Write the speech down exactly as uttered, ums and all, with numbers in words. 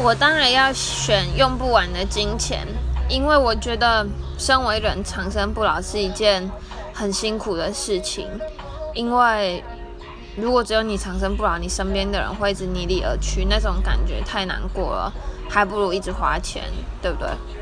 我当然要选用不完的金钱，因为我觉得身为人长生不老是一件很辛苦的事情。因为如果只有你长生不老，你身边的人会一直逆力而去，那种感觉太难过了，还不如一直花钱，对不对？